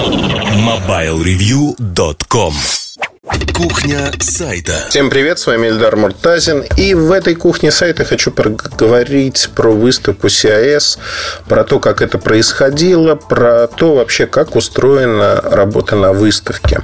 MobileReview.com. Кухня сайта. Всем привет, с вами Эльдар Муртазин. И в этой кухне сайта хочу поговорить про выставку CES, про то, как это происходило, про то вообще, как устроена работа на выставке.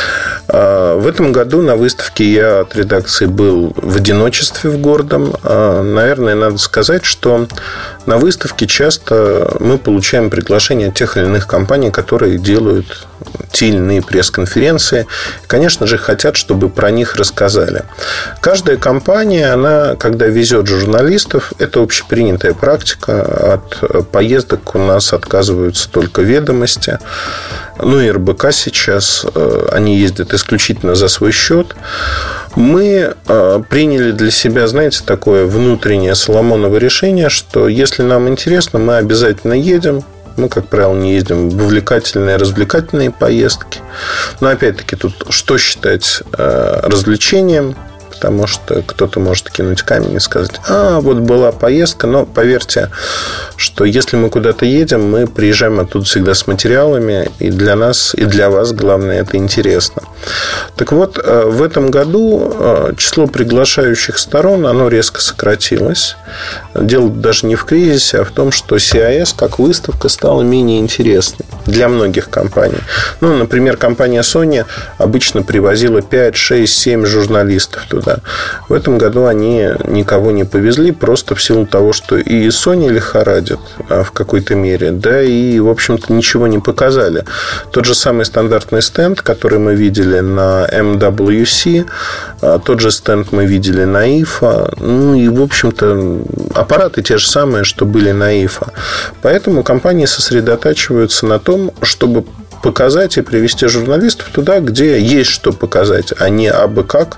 В этом году на выставке я от редакции был в одиночестве в гордом. Наверное, надо сказать, что на выставке часто мы получаем приглашения от тех или иных компаний, которые делают те или иные пресс-конференции. Конечно же, хотят, чтобы про них рассказали. Каждая компания, она, когда везет журналистов, это общепринятая практика. От поездок у нас отказываются только «Ведомости». Ну и РБК сейчас. Они ездят исключительно за свой счет. Мы приняли для себя, знаете, такое внутреннее Соломоново решение, что если нам интересно, мы обязательно едем. Мы, как правило, не ездим в увлекательные, развлекательные поездки. Но, опять-таки, тут что считать развлечением? Потому что кто-то может кинуть камень и сказать: вот была поездка. Но поверьте, что если мы куда-то едем, мы приезжаем оттуда всегда с материалами. И для нас, и для вас, главное, это интересно. Так вот, в этом году число приглашающих сторон, оно резко сократилось. Дело даже не в кризисе, а в том, что CES как выставка стала менее интересной для многих компаний. Ну, например, компания Sony обычно привозила 5, 6, 7 журналистов туда. В этом году они никого не повезли, просто в силу того, что и Sony лихорадит в какой-то мере, да, и, в общем-то, ничего не показали. Тот же самый стандартный стенд, который мы видели на MWC, тот же стенд мы видели на IFA, ну и, в общем-то, аппараты те же самые, что были на IFA. Поэтому компании сосредотачиваются на том, чтобы показать и привести журналистов туда, где есть что показать, а не абы как,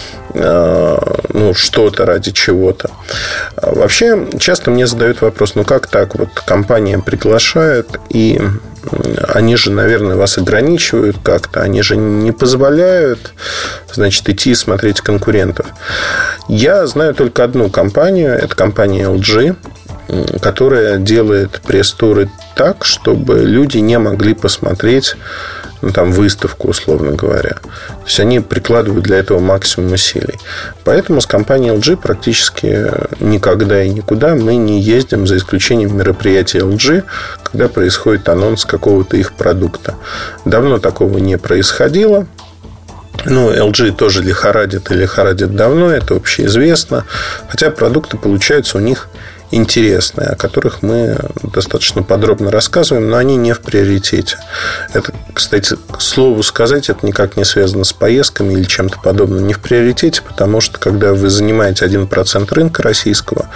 что-то ради чего-то. Вообще, часто мне задают вопрос: как так? Вот компания приглашает, и они же, наверное, вас ограничивают как-то. Они же не позволяют, значит, идти и смотреть конкурентов. Я знаю только одну компанию. Это компания LG, которая делает пресс-туры так, чтобы люди не могли посмотреть выставку, условно говоря. То есть они прикладывают для этого максимум усилий. Поэтому с компанией LG практически никогда и никуда мы не ездим, за исключением мероприятий LG, когда происходит анонс какого-то их продукта. Давно такого не происходило. LG тоже лихорадит и лихорадит давно, это общеизвестно. Хотя продукты получаются у них интересные, о которых мы достаточно подробно рассказываем, но они не в приоритете. Это, кстати, к слову сказать, это никак не связано с поездками или чем-то подобным. Не в приоритете, потому что, когда вы занимаете 1% рынка российского,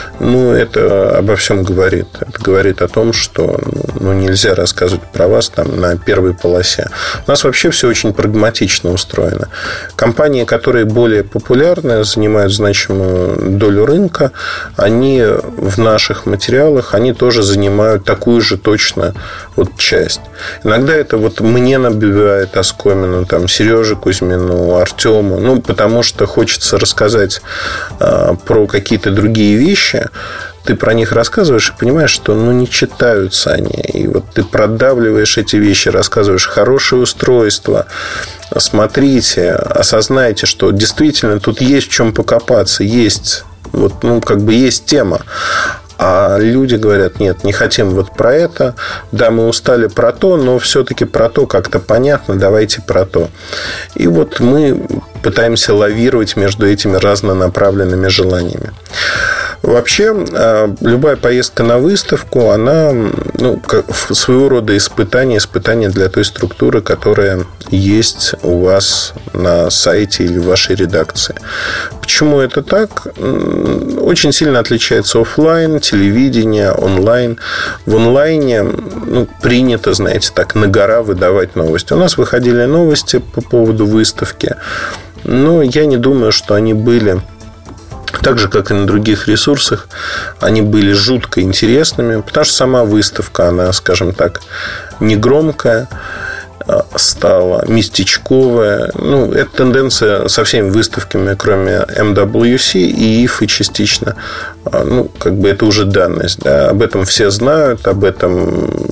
это обо всем говорит. Это говорит о том, что нельзя рассказывать про вас на первой полосе. У нас вообще все очень прагматично устроено. Компании, которые более популярны, занимают значимую долю рынка, они в наших материалах, они тоже занимают такую же точно часть. Иногда это мне набивает оскомину, Сереже Кузьмину, Артему, потому что хочется рассказать про какие-то другие вещи. Ты про них рассказываешь и понимаешь, что не читаются они. И ты продавливаешь эти вещи, рассказываешь: хорошее устройство, смотрите, осознайте, что действительно тут есть в чем покопаться, есть есть тема. А люди говорят: нет, не хотим про это. Да, мы устали про то, но все-таки про то как-то понятно, давайте про то. И мы пытаемся лавировать между этими разнонаправленными желаниями. Вообще, любая поездка на выставку, она своего рода испытание для той структуры, которая есть у вас на сайте или в вашей редакции. Почему это так? Очень сильно отличается офлайн, телевидение, онлайн. В онлайне принято, знаете, на гора выдавать новости. У нас выходили новости по поводу выставки, но я не думаю, что они были, так же, как и на других ресурсах, они были жутко интересными, потому что сама выставка, она, скажем так, негромкая стала, местечковая. Это тенденция со всеми выставками, кроме MWC и IFA частично. Это уже данность. Да? Об этом все знают, об этом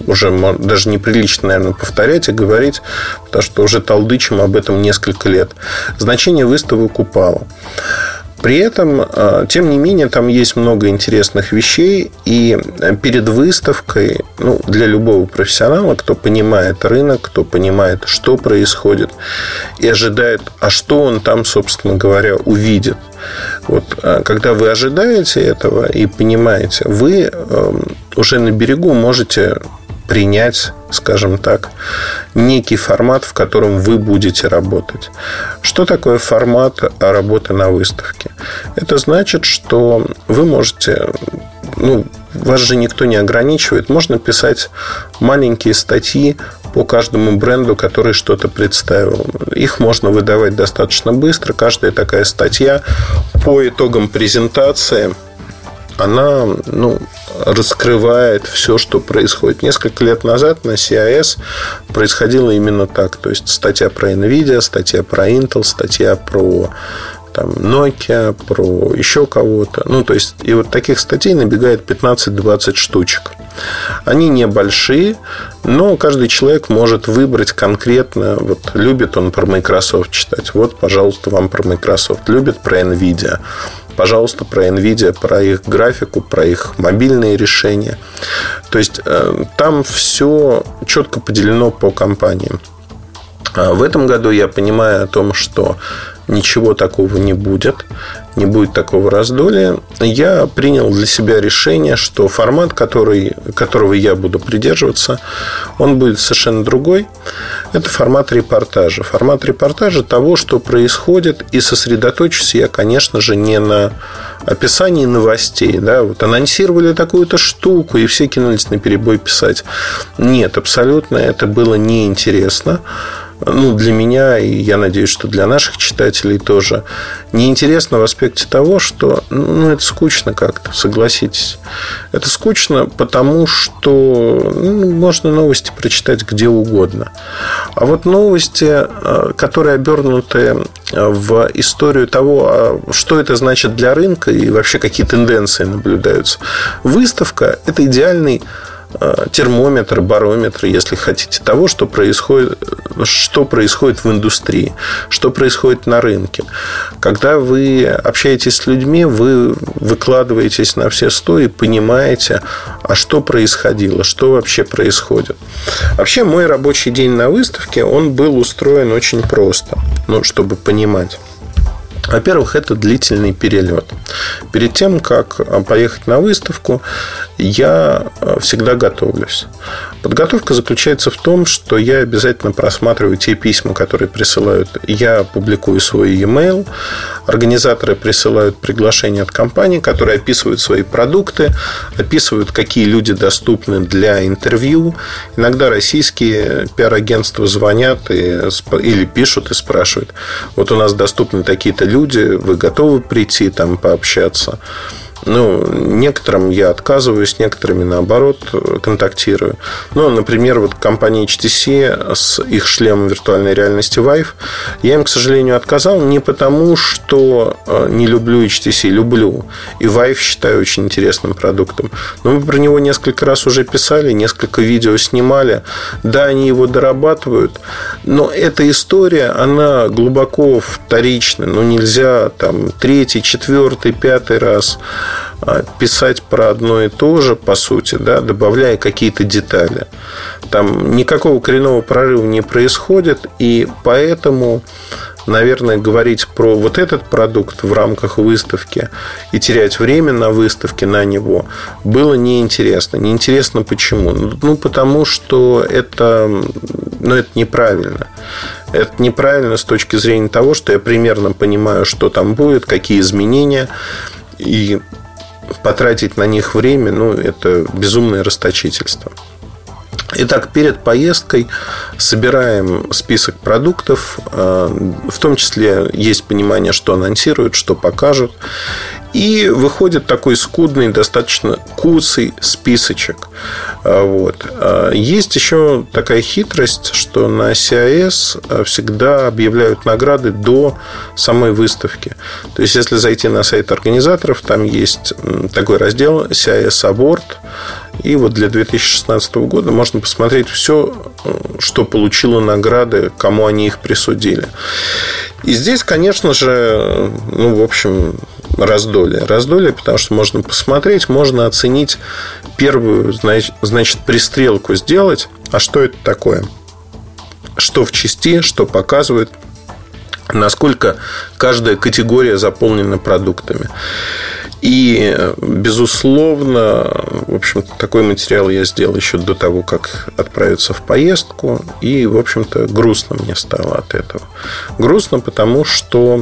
уже даже неприлично, наверное, повторять и говорить, потому что уже толдычим об этом несколько лет. Значение выставок упало. При этом, тем не менее, там есть много интересных вещей. И перед выставкой, для любого профессионала, кто понимает рынок, кто понимает, что происходит, и ожидает, а что он там, собственно говоря, увидит. Вот, когда вы ожидаете этого и понимаете, вы уже на берегу можете принять, скажем так, некий формат, в котором вы будете работать. Что такое формат работы на выставке? Это значит, что вы можете... вас же никто не ограничивает. Можно писать маленькие статьи по каждому бренду, который что-то представил. Их можно выдавать достаточно быстро. Каждая такая статья по итогам презентации, она раскрывает все, что происходит. Несколько лет назад на CES происходило именно так. То есть статья про NVIDIA, статья про Intel, статья про Nokia, про еще кого-то. То есть, и вот таких статей набегает 15-20 штучек. Они небольшие, но каждый человек может выбрать конкретно. Вот любит он про Microsoft читать. Вот, пожалуйста, вам про Microsoft. Любит про NVIDIA. Пожалуйста, про NVIDIA, про их графику, про их мобильные решения. То есть, там все четко поделено по компаниям. В этом году я понимаю о том, что ничего такого не будет такого раздолья. Я принял для себя решение, что формат, которого я буду придерживаться, он будет совершенно другой. Это формат репортажа. Формат репортажа того, что происходит. И сосредоточусь я, конечно же, не на описании новостей. Да? Вот анонсировали такую-то штуку, и все кинулись наперебой писать. Нет, абсолютно это было неинтересно. Для меня, и я надеюсь, что для наших читателей тоже, неинтересно в аспекте того, что это скучно как-то, согласитесь. Это скучно, потому что можно новости прочитать где угодно. А вот новости, которые обернуты в историю того, что это значит для рынка и вообще какие тенденции наблюдаются. Выставка – это идеальный термометр, барометр, если хотите, того, что происходит в индустрии, что происходит на рынке. Когда вы общаетесь с людьми, вы выкладываетесь на все 100 и понимаете, а что происходило, что вообще происходит. Вообще, мой рабочий день на выставке, он был устроен очень просто, чтобы понимать. Во-первых, это длительный перелет. Перед тем, как поехать на выставку, я всегда готовлюсь. Подготовка заключается в том, что я обязательно просматриваю те письма, которые присылают. Я публикую свой e-mail. Организаторы присылают приглашения от компаний, которые описывают свои продукты, описывают, какие люди доступны для интервью. Иногда российские пиар-агентства звонят или пишут и спрашивают: вот у нас доступны такие-то люди, вы готовы прийти там пообщаться? Некоторым я отказываюсь, с некоторыми, наоборот, контактирую. Например, вот компания HTC с их шлемом виртуальной реальности Vive, я им, к сожалению, отказал не потому, что не люблю HTC, люблю. И Vive считаю очень интересным продуктом. Но мы про него несколько раз уже писали, несколько видео снимали. Да, они его дорабатывают, но эта история, она глубоко вторична. Нельзя там 3-й, 4-й, 5-й раз писать про одно и то же, по сути, да, добавляя какие-то детали. Там никакого коренного прорыва не происходит, и поэтому, наверное, говорить про вот этот продукт в рамках выставки и терять время на выставке на него было неинтересно. Неинтересно почему? Потому что это неправильно. Это неправильно с точки зрения того, что я примерно понимаю, что там будет, какие изменения, и потратить на них время, это безумное расточительство. Итак, перед поездкой собираем список продуктов. В том числе есть понимание, что анонсируют, что покажут. И выходит такой скудный, достаточно куцый списочек. Есть еще такая хитрость, что на CES всегда объявляют награды до самой выставки. То есть, если зайти на сайт организаторов, там есть такой раздел CES Award. И вот для 2016 года можно посмотреть все, что получило награды, кому они их присудили. И здесь, конечно же, в общем, раздолье. Раздолье, потому что можно посмотреть, можно оценить первую, значит, пристрелку сделать. А что это такое? Что в части, что показывает, насколько каждая категория заполнена продуктами. И, безусловно, в общем-то, такой материал я сделал еще до того, как отправиться в поездку. И, в общем-то, грустно мне стало от этого. Грустно, потому что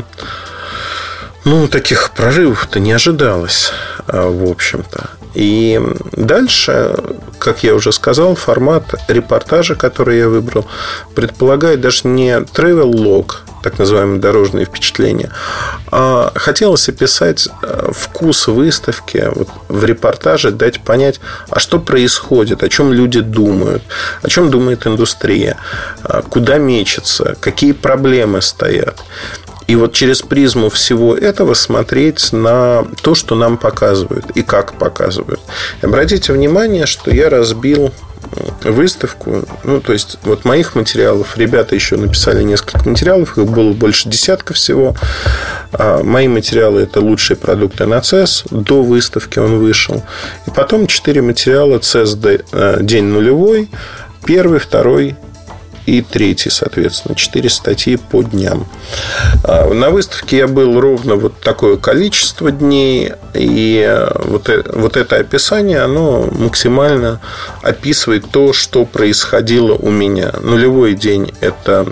таких прорывов-то не ожидалось, в общем-то. И дальше, как я уже сказал, формат репортажа, который я выбрал, предполагает даже не travel log, так называемые дорожные впечатления, а хотелось описать вкус выставки, вот в репортаже дать понять, а что происходит, о чем люди думают, о чем думает индустрия, куда мечется, какие проблемы стоят. И вот через призму всего этого смотреть на то, что нам показывают и как показывают. Обратите внимание, что я разбил выставку. То есть, вот моих материалов, ребята еще написали несколько материалов, их было больше десятка всего. Мои материалы – это лучшие продукты на CES. До выставки он вышел. И потом 4 материала CES день нулевой, первый, второй и третий, соответственно, 4 статьи по дням. На выставке я был ровно вот такое количество дней. И вот это описание, оно максимально описывает то, что происходило у меня. Нулевой день – это...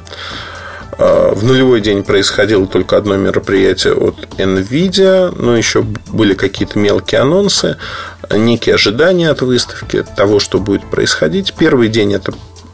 В нулевой день происходило только одно мероприятие от NVIDIA. Но еще были какие-то мелкие анонсы, некие ожидания от выставки, того, что будет происходить. Первый день – это...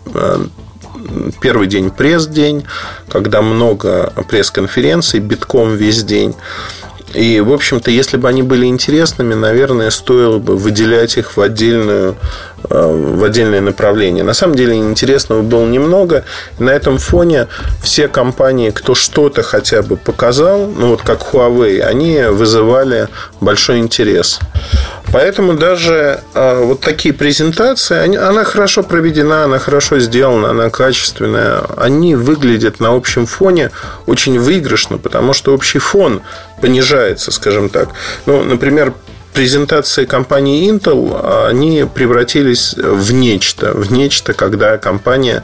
Первый день пресс-день, когда много пресс-конференций, битком весь день. И, в общем-то, если бы они были интересными, наверное, стоило бы выделять их в отдельное направление. На самом деле интересного было немного. И на этом фоне все компании, кто что-то хотя бы показал, вот как Huawei, они вызывали большой интерес. Поэтому даже вот такие презентации, она хорошо проведена, она хорошо сделана, она качественная. Они выглядят на общем фоне очень выигрышно, потому что общий фон понижается, скажем так. Например, презентации компании Intel, они превратились в нечто, когда компания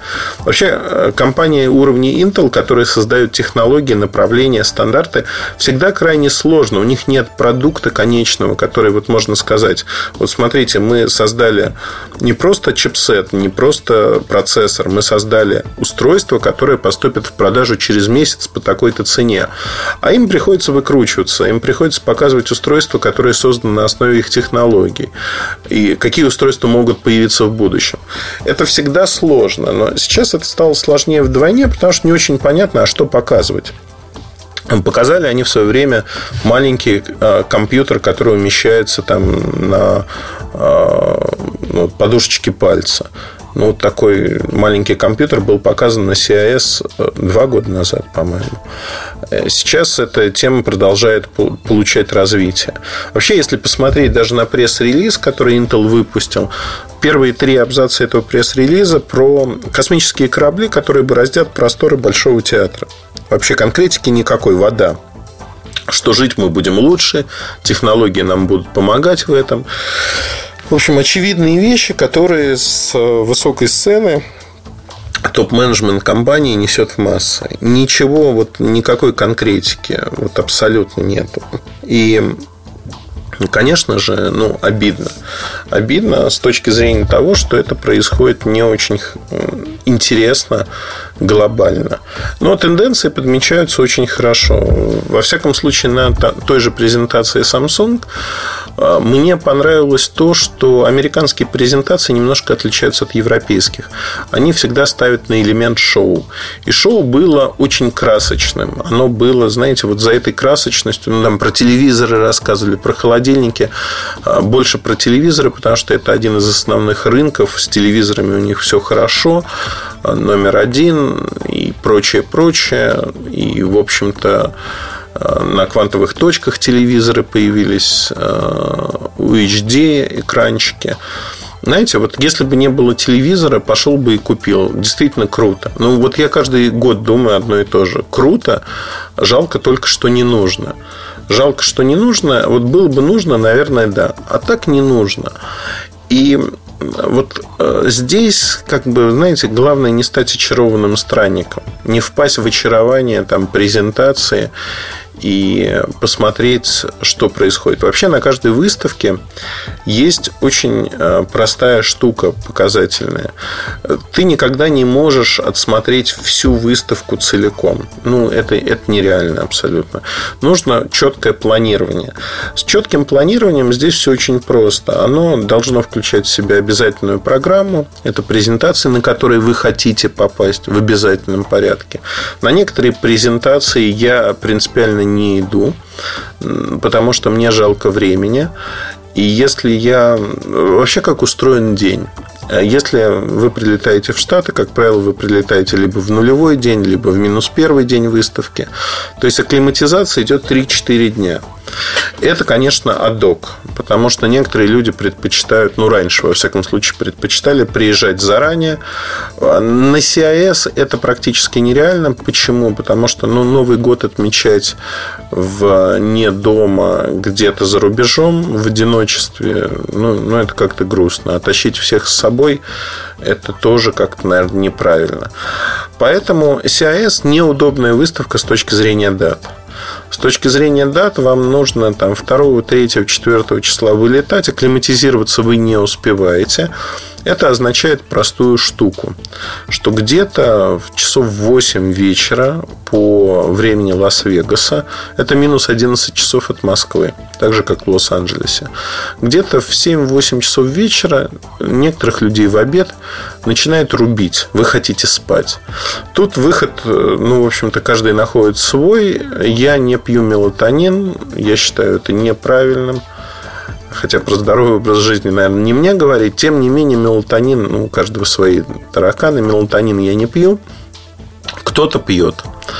уровня Intel, которые создают технологии, направления, стандарты, всегда крайне сложно. У них нет продукта конечного, который, вот можно сказать, вот смотрите, мы создали не просто чипсет, не просто процессор, мы создали устройство, которое поступит в продажу через месяц по такой-то цене. А им приходится выкручиваться, им приходится показывать устройство, которое создано на основе их технологий. И какие устройства могут появиться в будущем. Это всегда сложно. Но сейчас это стало сложнее вдвойне, потому что не очень понятно, а что показывать. Показали они в свое время маленький компьютер, который умещается там на подушечке пальца. Такой маленький компьютер был показан на CES 2 года назад, по-моему. Сейчас эта тема продолжает получать развитие. Вообще, если посмотреть даже на пресс-релиз, который Intel выпустил, первые 3 абзаца этого пресс-релиза про космические корабли, которые бороздят просторы Большого театра. Вообще конкретики никакой, вода. Что жить мы будем лучше, технологии нам будут помогать в этом. В общем, очевидные вещи, которые с высокой сцены топ-менеджмент компании несет в массы. Ничего, никакой конкретики абсолютно нету. И, конечно же, обидно. Обидно с точки зрения того, что это происходит не очень интересно, глобально. Но тенденции подмечаются очень хорошо. Во всяком случае, на той же презентации Samsung мне понравилось то, что американские презентации немножко отличаются от европейских. Они всегда ставят на элемент шоу. И шоу было очень красочным. Оно было, знаете, за этой красочностью, там про телевизоры рассказывали, про холодильники. Больше про телевизоры, потому что это один из основных рынков. С телевизорами у них все хорошо. Номер один и прочее. И, в общем-то, на квантовых точках телевизоры появились, UHD экранчики. Знаете, вот если бы не было телевизора, пошел бы и купил. Действительно круто. Ну, вот я каждый год думаю одно и то же. Круто, жалко только, что не нужно. Жалко, что не нужно. Вот было бы нужно, наверное, да. А так не нужно. И вот здесь, как бы, знаете, главное не стать очарованным странником. Не впасть в очарование там, презентации и посмотреть, что происходит. Вообще на каждой выставке есть очень простая штука показательная. Ты никогда не можешь отсмотреть всю выставку целиком. Ну, это нереально абсолютно. Нужно четкое планирование. С четким планированием здесь все очень просто. Оно должно включать в себя обязательную программу. Это презентации, на которые вы хотите попасть в обязательном порядке. На некоторые презентации я принципиально не иду, потому что мне жалко времени. И если я... Вообще, как устроен день? Если вы прилетаете в Штаты, как правило, вы прилетаете либо в нулевой день, либо в минус первый день выставки. То есть акклиматизация идет 3-4 дня. Это, конечно, адок, потому что некоторые люди предпочитают, ну, раньше, во всяком случае, предпочитали приезжать заранее. На CIS это практически нереально. Почему? Потому что Новый год отмечать не дома, где-то за рубежом, в одиночестве, ну, это как-то грустно. А тащить всех с собой, это тоже как-то, наверное, неправильно. Поэтому CIS неудобная выставка с точки зрения дат. С точки зрения дат вам нужно там 2, 3, 4 числа вылетать. Акклиматизироваться вы не успеваете. Это означает простую штуку, что где-то в часов 8 вечера по времени Лас-Вегаса, это минус 11 часов от Москвы, так же, как в Лос-Анджелесе, где-то в 7-8 часов вечера некоторых людей в обед начинает рубить. Вы хотите спать. Тут выход, в общем-то, каждый находит свой. Я не пью мелатонин. Я считаю это неправильным. Хотя про здоровый образ жизни, наверное, не мне говорить. Тем не менее, мелатонин, у каждого свои тараканы. Мелатонин я не пью. Кто-то пьет.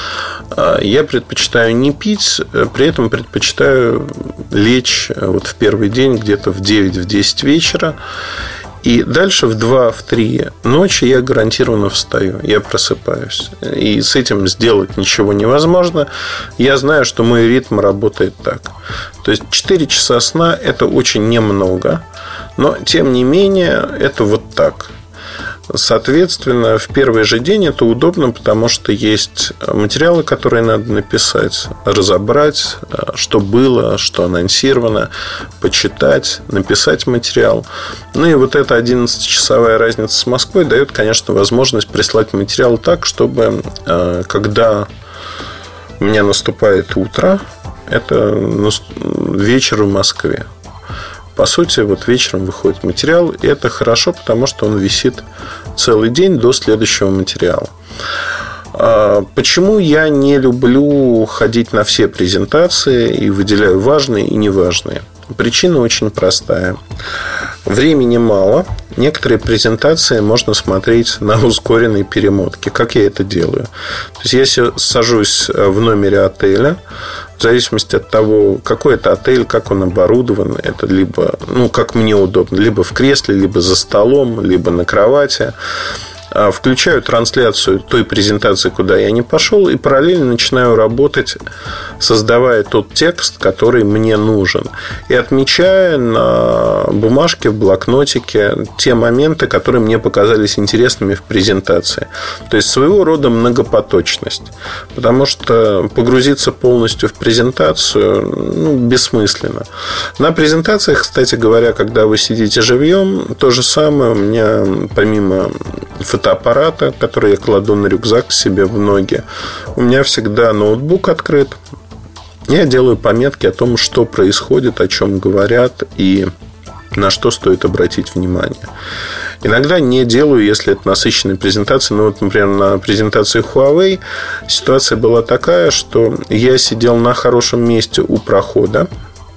Я предпочитаю не пить. При этом предпочитаю лечь вот в первый день где-то в 9-10 вечера. И дальше в 2-3 ночи я гарантированно встаю. Я просыпаюсь. И с этим сделать ничего невозможно. Я знаю, что мой ритм работает так. То есть 4 часа сна – это очень немного. Но, тем не менее, это вот так. Соответственно, в первый же день это удобно, потому что есть материалы, которые надо написать, разобрать, что было, что анонсировано, почитать, написать материал. Ну и вот эта 11-часовая разница с Москвой дает, конечно, возможность прислать материал так, чтобы когда у меня наступает утро, это вечер в Москве. По сути, вот вечером выходит материал, и это хорошо, потому что он висит целый день до следующего материала. Почему я не люблю ходить на все презентации и выделяю важные и неважные? Причина очень простая. Времени мало. Некоторые презентации можно смотреть на ускоренной перемотке. Как я это делаю? То есть я сажусь в номере отеля. В зависимости от того, какой это отель, как он оборудован, это либо, как мне удобно, либо в кресле, либо за столом, либо на кровати. Включаю трансляцию той презентации, куда я не пошел, и параллельно начинаю работать, создавая тот текст, который мне нужен, и отмечая на бумажке, в блокнотике те моменты, которые мне показались интересными в презентации. То есть своего рода многопоточность. Потому что погрузиться полностью в презентацию бессмысленно. На презентациях, кстати говоря, когда вы сидите живьем, то же самое. У меня помимо фотоаппарата, который я кладу на рюкзак себе в ноги, у меня всегда ноутбук открыт. Я делаю пометки о том, что происходит, о чем говорят и на что стоит обратить внимание. Иногда не делаю, если это насыщенная презентация. Например, на презентации Huawei ситуация была такая, что я сидел на хорошем месте у прохода.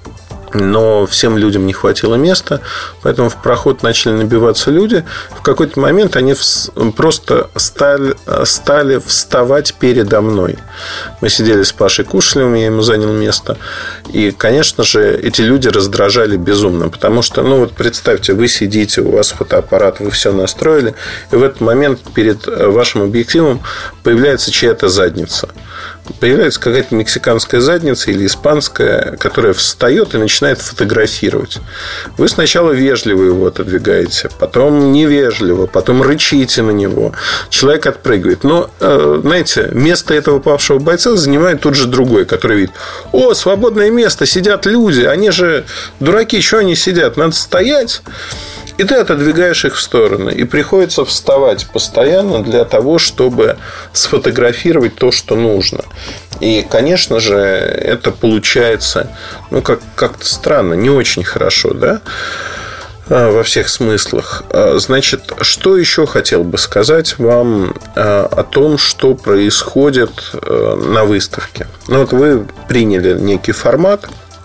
но всем людям не хватило места, поэтому в проход начали набиваться люди. В какой-то момент они просто стали вставать передо мной. Мы сидели с Пашей, кушали, я ему занял место. И, конечно же, эти люди раздражали безумно, потому что, вот представьте, вы сидите, у вас фотоаппарат, вы все настроили, и в этот момент перед вашим объективом появляется чья-то задница. Появляется какая-то мексиканская задница или испанская, которая встает и начинает фотографировать. Вы сначала вежливо его отодвигаете, потом невежливо, потом рычите на него. Человек отпрыгивает. Но, знаете, место этого павшего бойца занимает тут же другой, который видит: о, свободное место, сидят люди, они же дураки, что они сидят? Надо стоять. И ты отодвигаешь их в стороны. И приходится вставать постоянно для того, чтобы сфотографировать то, что нужно. И, конечно же, это получается как-то странно, не очень хорошо, да? Во всех смыслах. Значит, что еще хотел бы сказать вам о том, что происходит на выставке. Вот вы приняли некий формат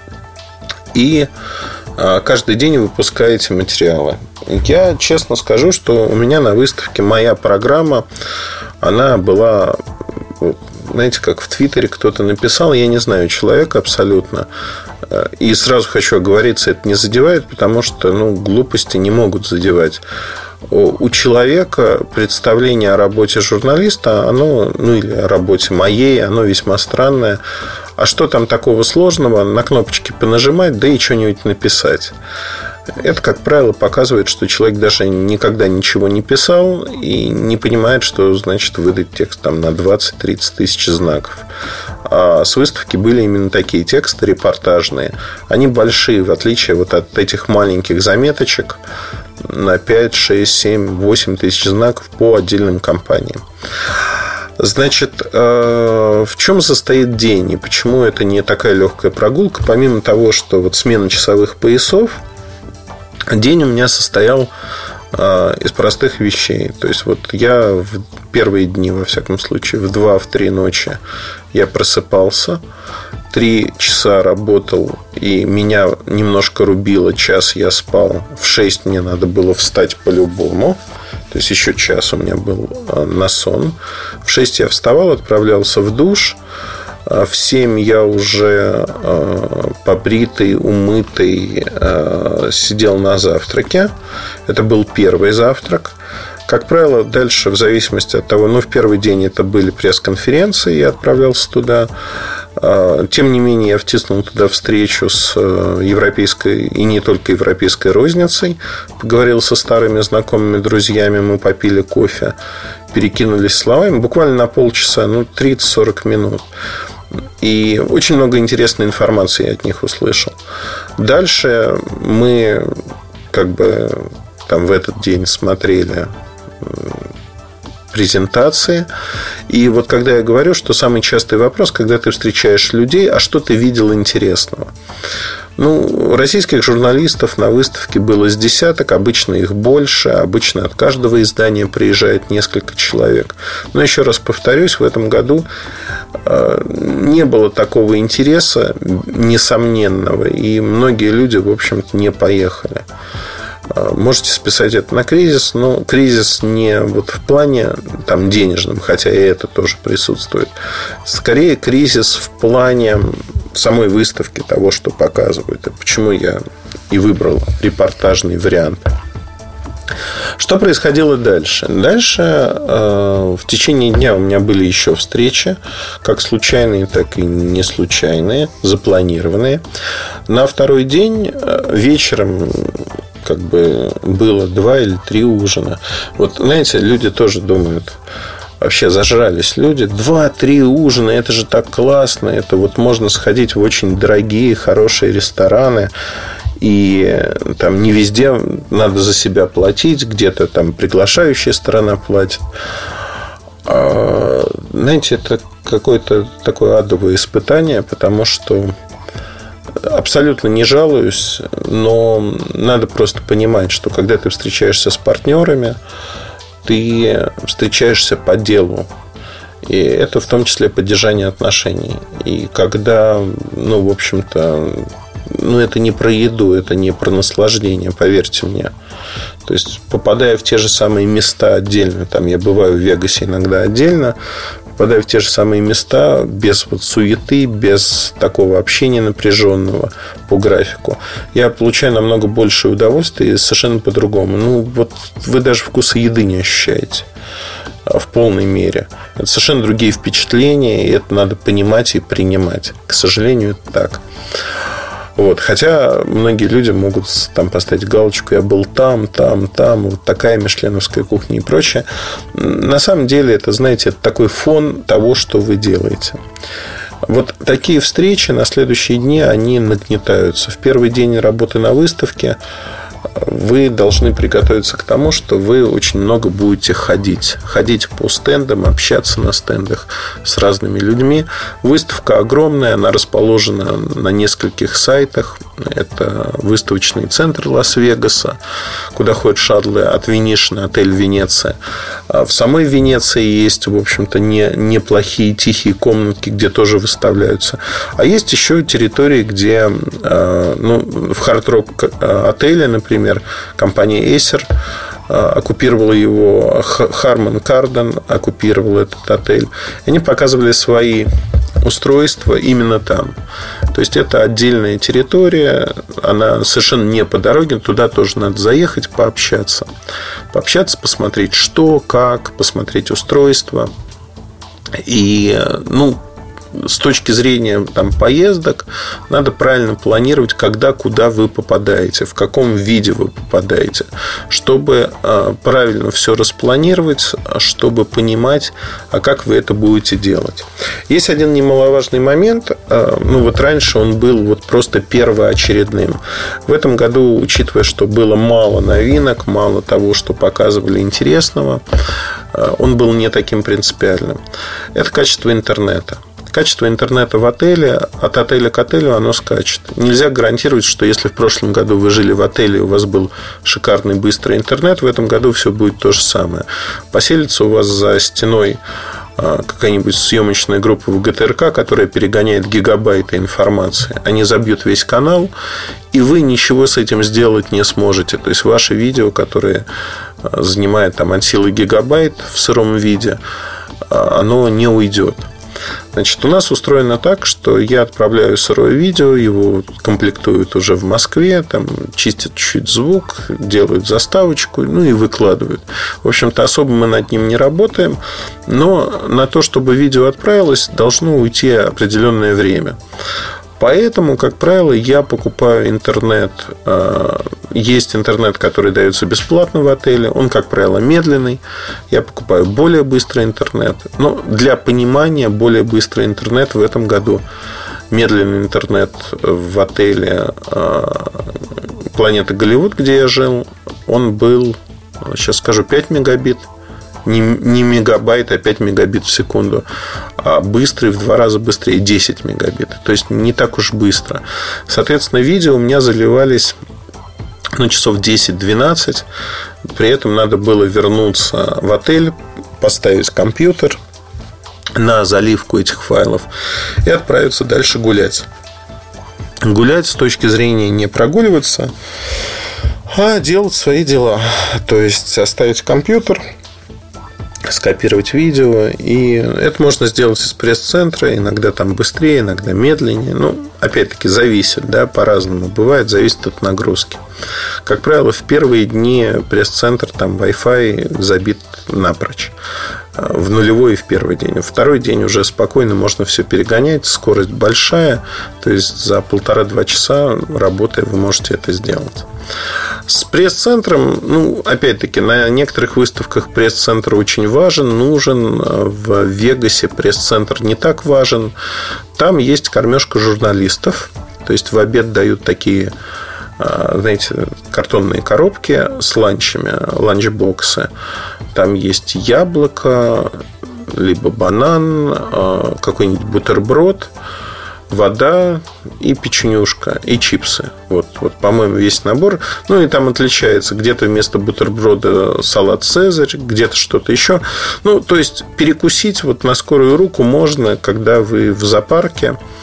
и каждый день выпускаете материалы. Я честно скажу, что у меня на выставке моя программа, она была, знаете, как в Твиттере кто-то написал, я не знаю человека абсолютно. И сразу хочу оговориться, это не задевает, потому что глупости не могут задевать. У человека представление о работе журналиста, оно, или о работе моей, оно весьма странное. А что там такого сложного? На кнопочки понажимать, да и что-нибудь написать. Это, как правило, показывает, что человек даже никогда ничего не писал и не понимает, что значит выдать текст там на 20-30 тысяч знаков. А с выставки были именно такие тексты репортажные. Они большие, в отличие от этих маленьких заметочек на 5, 6, 7, 8 тысяч знаков по отдельным компаниям. Значит, в чем состоит день и почему это не такая легкая прогулка? Помимо того, что смена часовых поясов, день у меня состоял из простых вещей. То есть я в первые дни, во всяком случае, в 2-3 ночи я просыпался, 3 часа работал, и меня немножко рубило, час я спал, в 6 мне надо было встать по-любому. То есть еще час у меня был на сон. В 6 я вставал, отправлялся в душ. В 7 я уже побритый, умытый сидел на завтраке. Это был первый завтрак. Как правило, дальше, в зависимости от того, в первый день это были пресс-конференции, я отправлялся туда. Тем не менее, я втиснул туда встречу с европейской и не только европейской розницей. Поговорил со старыми знакомыми, друзьями, мы попили кофе, перекинулись словами буквально на полчаса, 30-40 минут. И очень много интересной информации я от них услышал. Дальше мы в этот день смотрели презентации. И когда я говорю, что самый частый вопрос, когда ты встречаешь людей: а что ты видел интересного? Российских журналистов на выставке было с десяток, обычно их больше, обычно от каждого издания приезжает несколько человек. Но еще раз повторюсь, в этом году не было такого интереса несомненного, и многие люди, в общем-то, не поехали. Можете списать это на кризис, но кризис не в плане денежном, хотя и это тоже присутствует. Скорее, кризис в плане самой выставки, того, что показывают. И почему я и выбрал репортажный вариант. Что происходило дальше? Дальше в течение дня у меня были еще встречи, как случайные, так и не случайные, запланированные. На второй день вечером было 2 или 3 ужина. Знаете, люди тоже думают: вообще зажрались люди. 2-3 ужина, это же так классно. Это можно сходить в очень дорогие, хорошие рестораны. И не везде надо за себя платить. Где-то приглашающая сторона платит. Знаете, это какое-то такое адовое испытание, потому что абсолютно не жалуюсь, но надо просто понимать, что когда ты встречаешься с партнерами, ты встречаешься по делу. И это в том числе поддержание отношений. И когда, в общем-то, это не про еду, это не про наслаждение, поверьте мне. То есть, попадая в те же самые места отдельно, там я бываю в Вегасе иногда отдельно, попадая в те же самые места без суеты, без такого общения напряженного по графику, я получаю намного больше удовольствия и совершенно по-другому. Вы даже вкуса еды не ощущаете в полной мере. Это совершенно другие впечатления, и это надо понимать и принимать. К сожалению, это так. Хотя многие люди могут там поставить галочку: я был там, вот такая мишленовская кухня и прочее. На самом деле это, знаете, это такой фон того, что вы делаете. Такие встречи на следующие дни, они нагнетаются. В первый день работы на выставке вы должны приготовиться к тому, что вы очень много будете ходить по стендам, общаться на стендах с разными людьми. Выставка огромная, она расположена на нескольких сайтах. Это выставочный центр Лас-Вегаса, куда ходят шаттлы от Вениши на отель Венеция. В самой Венеции есть, в общем-то, неплохие тихие комнатки, где тоже выставляются. А есть еще территории, где в хард-рок отеле, например, компания Acer оккупировала его, Harman Kardon оккупировал этот отель. Они показывали свои устройства именно там. То есть это отдельная территория, она совершенно не по дороге, туда тоже надо заехать, пообщаться, посмотреть что, как, посмотреть устройства. И с точки зрения поездок надо правильно планировать, когда, куда вы попадаете, в каком виде вы попадаете, чтобы правильно все распланировать, чтобы понимать, как вы это будете делать. Есть один немаловажный момент. Раньше он был просто первоочередным. В этом году, учитывая, что было мало новинок, мало того, что показывали интересного, он был не таким принципиальным. Это качество интернета. Качество интернета в отеле, от отеля к отелю, оно скачет. Нельзя гарантировать, что если в прошлом году вы жили в отеле, у вас был шикарный быстрый интернет, в этом году все будет то же самое. Поселится у вас за стеной какая-нибудь съемочная группа в ГТРК, которая перегоняет гигабайты информации. Они забьют весь канал, и вы ничего с этим сделать не сможете. То есть ваше видео, которое занимает от силы гигабайт в сыром виде, оно не уйдет. Значит, у нас устроено так, что я отправляю сырое видео, его комплектуют уже в Москве, там чистят чуть звук, делают заставочку, и выкладывают. В общем-то, особо мы над ним не работаем, но на то, чтобы видео отправилось, должно уйти определенное время. Поэтому, как правило, я покупаю интернет. Есть интернет, который дается бесплатно в отеле. Он, как правило, медленный. Я покупаю более быстрый интернет. Но для понимания, более быстрый интернет в этом году, медленный интернет в отеле «Планета Голливуд», где я жил, он был, сейчас скажу, 5 мегабит. Не мегабайт, а 5 мегабит в секунду. А быстрый в 2 раза быстрее, 10 мегабит. То есть не так уж быстро. Соответственно, видео у меня заливались часов 10-12. При этом надо было вернуться в отель, поставить компьютер на заливку этих файлов и отправиться дальше гулять. Гулять с точки зрения не прогуливаться, а делать свои дела. То есть оставить компьютер, скопировать видео. И это можно сделать из пресс-центра. Иногда там быстрее, иногда медленнее. Опять-таки, зависит, по-разному бывает, зависит от нагрузки. Как правило, в первые дни пресс-центр, там Wi-Fi забит напрочь. В нулевой и в первый день. В второй день уже спокойно можно все перегонять. Скорость большая. То есть за 1,5-2 часа работая вы можете это сделать. С пресс-центром, опять-таки, на некоторых выставках пресс-центр очень важен, нужен. В Вегасе пресс-центр не так важен. Там есть кормежка журналистов. То есть в обед дают такие, знаете, картонные коробки с ланчами, ланчбоксы. Там есть яблоко, либо банан, какой-нибудь бутерброд, вода и печенюшка, и чипсы. Вот, по-моему, весь набор. И там отличается. Где-то вместо бутерброда салат «Цезарь», где-то что-то еще. То есть перекусить на скорую руку можно, когда вы в зоопарке,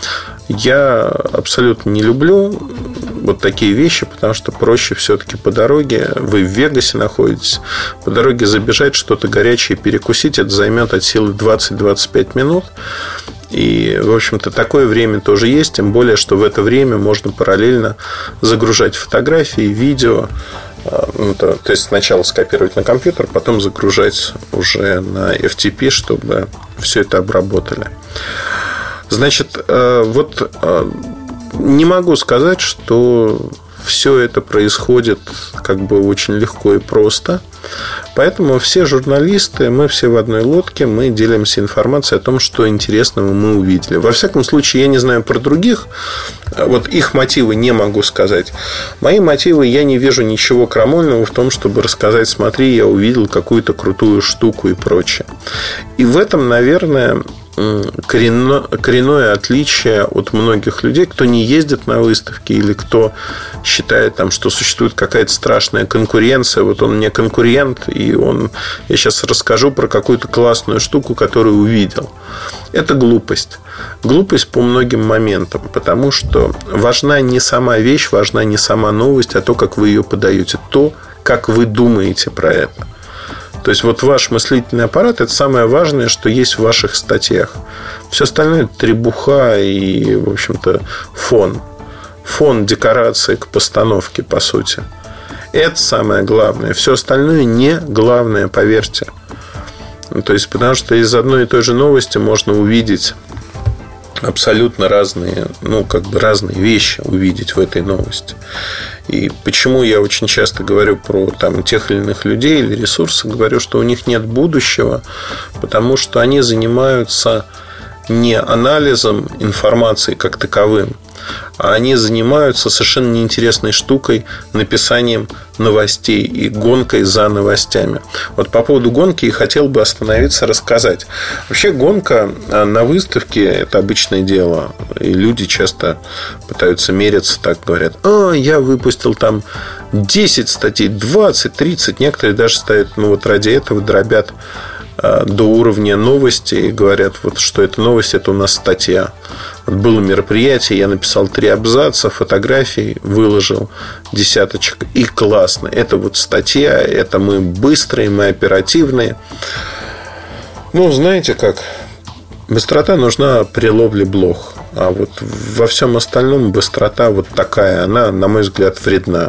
Я абсолютно не люблю вот такие вещи, потому что проще все-таки по дороге. Вы в Вегасе находитесь. По дороге забежать, что-то горячее перекусить. Это займет от силы 20-25 минут. И, в общем-то, такое время тоже есть. Тем более, что в это время можно параллельно загружать фотографии, видео. То есть сначала скопировать на компьютер, потом загружать уже на FTP, чтобы все это обработали. Значит, вот не могу сказать, что все это происходит как бы очень легко и просто. Поэтому все журналисты, мы все в одной лодке, мы делимся информацией о том, что интересного мы увидели. Во всяком случае, я не знаю про других, вот их мотивы не могу сказать. Мои мотивы, я не вижу ничего крамольного в том, чтобы рассказать: смотри, я увидел какую-то крутую штуку и прочее. И в этом, наверное, коренное отличие от многих людей, кто не ездит на выставки или кто считает, там, что существует какая-то страшная конкуренция. Вот он мне конкурент, и я сейчас расскажу про какую-то классную штуку, которую увидел. Это глупость. Глупость по многим моментам, потому что важна не сама вещь, важна не сама новость, а то, как вы ее подаете, то, как вы думаете про это. То есть, вот ваш мыслительный аппарат – это самое важное, что есть в ваших статьях. Все остальное – это требуха и, в общем-то, фон. Фон декорации к постановке, по сути. Это самое главное. Все остальное не главное, поверьте. То есть, потому что из одной и той же новости можно увидеть абсолютно разные, разные вещи увидеть в этой новости. И почему я очень часто говорю про тех или иных людей или ресурсы, говорю, что у них нет будущего, потому что они занимаются не анализом информации как таковым, а они занимаются совершенно неинтересной штукой, написанием новостей и гонкой за новостями. Вот по поводу гонки я хотел бы остановиться, рассказать. Вообще гонка на выставке – это обычное дело. И люди часто пытаются мериться, так говорят: я выпустил 10 статей, 20, 30. Некоторые даже ставят, ради этого дробят до уровня новости и говорят, что эта новость – это у нас статья. Вот было мероприятие, я написал 3 абзаца, фотографий, выложил десяточек, и классно. Это статья, это мы быстрые, мы оперативные. Знаете как, быстрота нужна при ловле блох. А вот во всем остальном быстрота такая, она, на мой взгляд, вредна.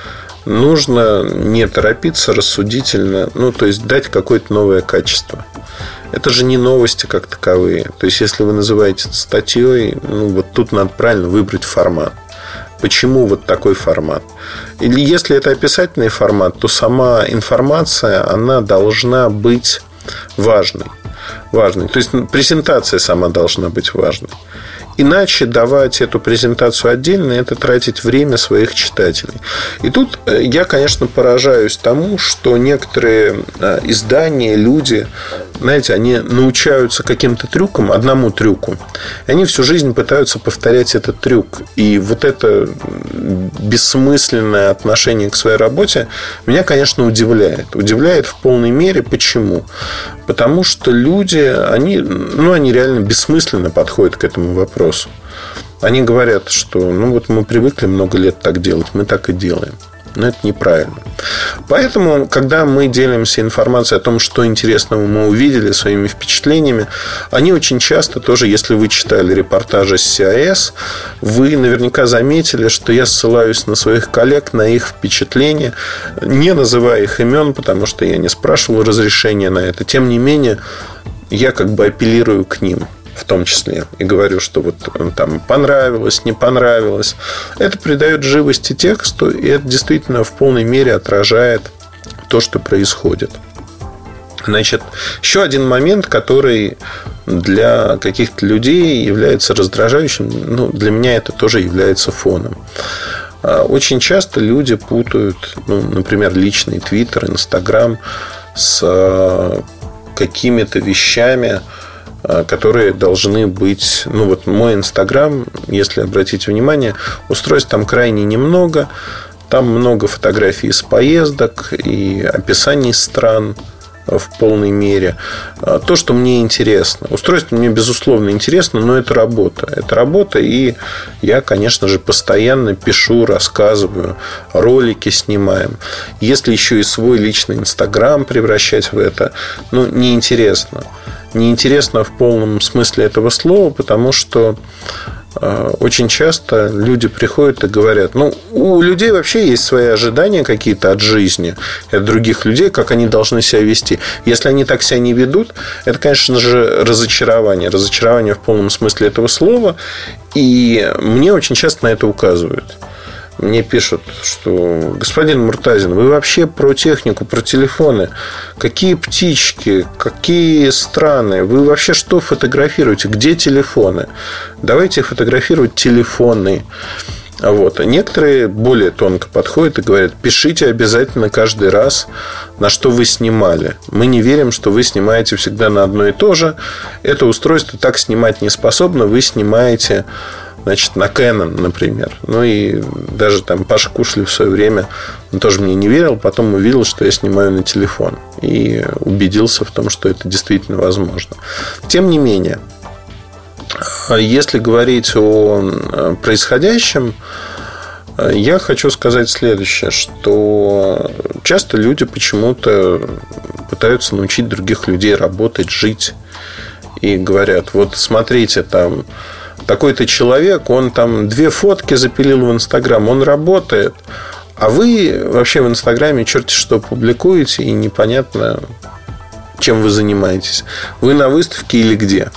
Нужно не торопиться, рассудительно, то есть дать какое-то новое качество. Это же не новости как таковые. То есть, если вы называете это статьей, тут надо правильно выбрать формат. Почему такой формат? Или если это описательный формат, то сама информация, она должна быть важной. То есть, презентация сама должна быть важной. Иначе давать эту презентацию отдельно – это тратить время своих читателей. И тут я, конечно, поражаюсь тому, что некоторые издания, люди, знаете, они научаются каким-то трюкам, одному трюку. И они всю жизнь пытаются повторять этот трюк. И это бессмысленное отношение к своей работе меня, конечно, удивляет. Удивляет в полной мере. Почему? Потому что люди, они реально бессмысленно подходят к этому вопросу. Они говорят, что мы привыкли много лет так делать, мы так и делаем. Но это неправильно. Поэтому, когда мы делимся информацией о том, что интересного мы увидели, своими впечатлениями, они очень часто тоже, если вы читали репортажи с CIS, вы наверняка заметили, что я ссылаюсь на своих коллег, на их впечатления, не называя их имен, потому что я не спрашивал разрешения на это. Тем не менее, я апеллирую к ним. В том числе. И говорю, что понравилось, не понравилось. Это придает живости тексту. И это действительно в полной мере отражает то, что происходит. Значит, еще один момент, который для каких-то людей является раздражающим. Для меня это тоже является фоном. Очень часто люди путают, например, личный Твиттер, Инстаграм с какими-то вещами, которые должны быть... мой Инстаграм, если обратить внимание, устройств там крайне немного. Там много фотографий из поездок и описаний стран. в полной мере. То, что мне интересно. Устройство мне, безусловно, интересно, но это работа. Это работа, и я, конечно же, постоянно пишу, рассказываю, ролики снимаем. Если еще и свой личный Инстаграм превращать в это, неинтересно. Неинтересно в полном смысле этого слова, потому что очень часто люди приходят и говорят, у людей вообще есть свои ожидания какие-то от жизни, от других людей, как они должны себя вести. Если они так себя не ведут, это, конечно же, разочарование. Разочарование в полном смысле этого слова. И мне очень часто на это указывают. Мне пишут, что господин Муртазин, вы вообще про технику, про телефоны. Какие птички, какие страны? Вы вообще что фотографируете? Где телефоны? Давайте фотографировать телефоны. Вот. А некоторые более тонко подходят и говорят, пишите обязательно каждый раз, на что вы снимали. Мы не верим, что вы снимаете всегда на одно и то же. Это устройство так снимать не способно. Вы снимаете, значит, на Canon, например. И даже там Паша Кушлев в свое время, он тоже мне не верил. Потом увидел, что я снимаю на телефон. И убедился в том, что это действительно возможно. Тем не менее, если говорить о происходящем, я хочу сказать следующее, что часто люди почему-то пытаются научить других людей работать, жить. И говорят, вот смотрите, там такой-то человек, он там 2 фотки запилил в Инстаграм, он работает, а вы вообще в Инстаграме черти что публикуете, и непонятно, чем вы занимаетесь. Вы на выставке или где?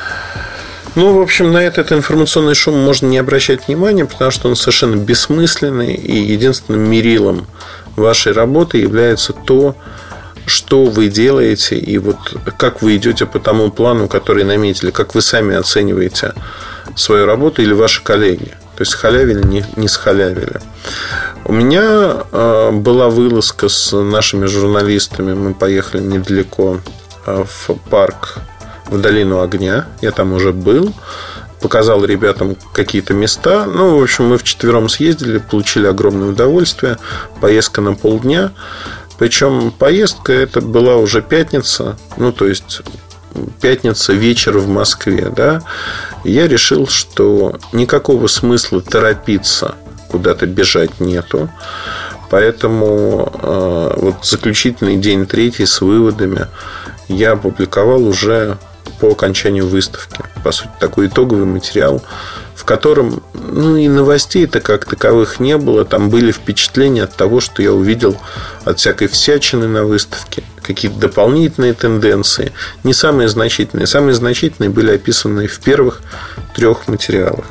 В общем, на этот информационный шум можно не обращать внимания, потому что он совершенно бессмысленный, и единственным мерилом вашей работы является то, что вы делаете, и вот как вы идете по тому плану, который наметили, как вы сами оцениваете свою работу или ваши коллеги. То есть халявили, не схалявили. У меня была вылазка с нашими журналистами. Мы поехали недалеко в парк, в Долину Огня. Я там уже был. Показал ребятам какие-то места. В общем, мы вчетвером съездили, получили огромное удовольствие. Поездка на полдня. Причем поездка это была уже пятница. То есть пятница, вечер в Москве, да. И я решил, что никакого смысла торопиться, куда-то бежать нету. Поэтому вот заключительный день, 3 с выводами я опубликовал уже по окончанию выставки. По сути, такой итоговый материал, в котором и новостей-то как таковых не было. Там были впечатления от того, что я увидел от всякой всячины на выставке. Какие-то дополнительные тенденции. Не самые значительные. Самые значительные были описаны в первых 3 материалах.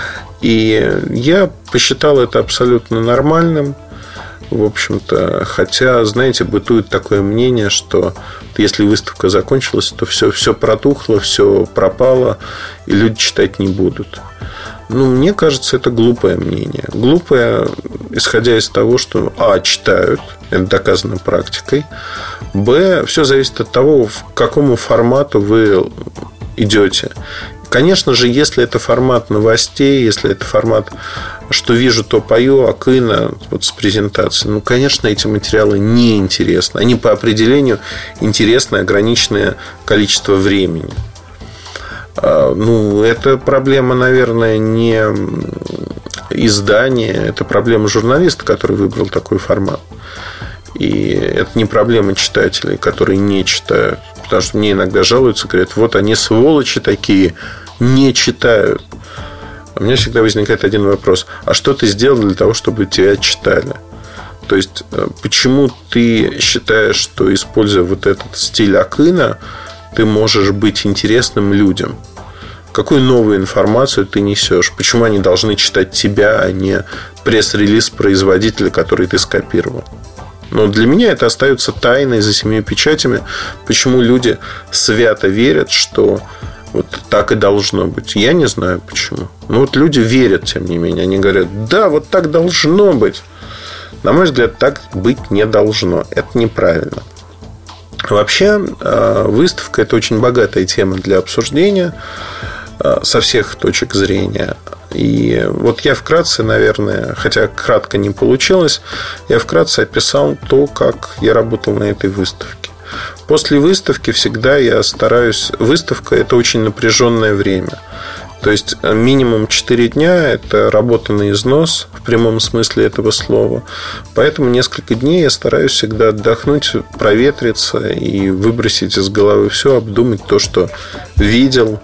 И я посчитал это абсолютно нормальным. В общем-то, хотя, знаете, бытует такое мнение, что если выставка закончилась, то все протухло, все пропало, и люди читать не будут. Мне кажется, это глупое мнение. Глупое, исходя из того, что читают, это доказано практикой. Б, все зависит от того, в какому формату вы идете. Конечно же, если это формат новостей, если это формат «что вижу, то пою», Акына вот с презентацией, конечно, эти материалы неинтересны. Они по определению интересны ограниченное количество времени. Это проблема, наверное, не издания, это проблема журналиста, который выбрал такой формат. И это не проблема читателей, которые не читают. Потому что мне иногда жалуются, говорят, вот они сволочи такие, не читают. У меня всегда возникает один вопрос: а что ты сделал для того, чтобы тебя читали? То есть, почему ты считаешь, что, используя вот этот стиль Акына, ты можешь быть интересным людям? Какую новую информацию ты несешь? Почему они должны читать тебя, а не пресс-релиз производителя, который ты скопировал? Но для меня это остается тайной за 7 печатями. Почему люди свято верят, что вот так и должно быть? Я не знаю почему. Но вот люди верят, тем не менее. Они говорят, да, вот так должно быть. На мой взгляд, так быть не должно. Это неправильно. Вообще, выставка – это очень богатая тема для обсуждения со всех точек зрения. И вот я вкратце, наверное, хотя кратко не получилось, я вкратце описал то, как я работал на этой выставке. После выставки всегда я стараюсь... Выставка – это очень напряженное время. То есть минимум 4 дня – это работа на износ в прямом смысле этого слова. Поэтому несколько дней я стараюсь всегда отдохнуть, проветриться и выбросить из головы все, обдумать то, что видел.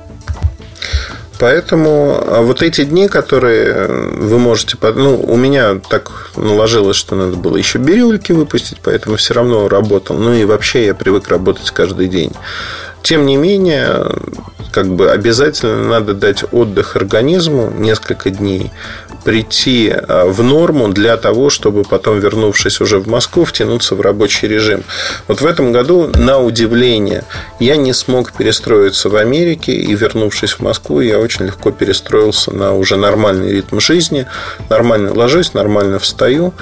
Поэтому вот эти дни, которые вы можете... у меня так наложилось, что надо было еще бирюльки выпустить, поэтому все равно работал. И вообще я привык работать каждый день. Тем не менее, обязательно надо дать отдых организму несколько дней, прийти в норму для того, чтобы потом, вернувшись уже в Москву, втянуться в рабочий режим. Вот в этом году, на удивление, я не смог перестроиться в Америке, и, вернувшись в Москву, я очень легко перестроился на уже нормальный ритм жизни, нормально ложусь, нормально встаю.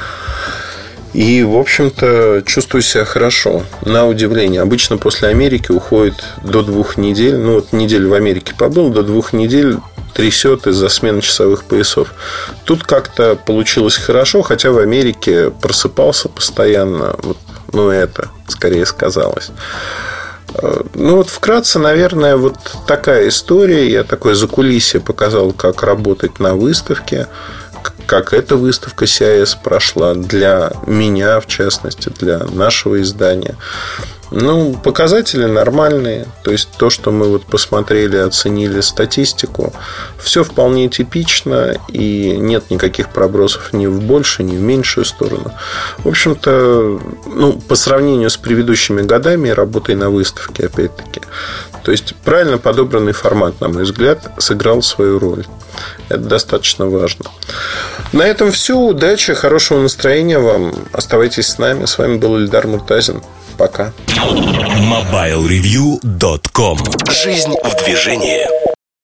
И, в общем-то, чувствую себя хорошо. На удивление. Обычно после Америки уходит до 2 недель. Неделю в Америке побыл, до 2 недель трясет из-за смены часовых поясов. Тут как-то получилось хорошо, хотя в Америке просыпался постоянно. Это скорее сказалось. Вкратце, наверное, вот такая история. Я такое закулисье показал, как работать на выставке, как эта выставка CIS прошла для меня, в частности, для нашего издания. Показатели нормальные. То есть то, что мы посмотрели, оценили статистику, все вполне типично, и нет никаких пробросов ни в большую, ни в меньшую сторону. В общем-то, по сравнению с предыдущими годами работой на выставке, опять-таки, то есть правильно подобранный формат, на мой взгляд, сыграл свою роль. Это достаточно важно. На этом все. Удачи, хорошего настроения вам. Оставайтесь с нами. С вами был Эльдар Муртазин. Пока. MobileReview.com. Жизнь в движении.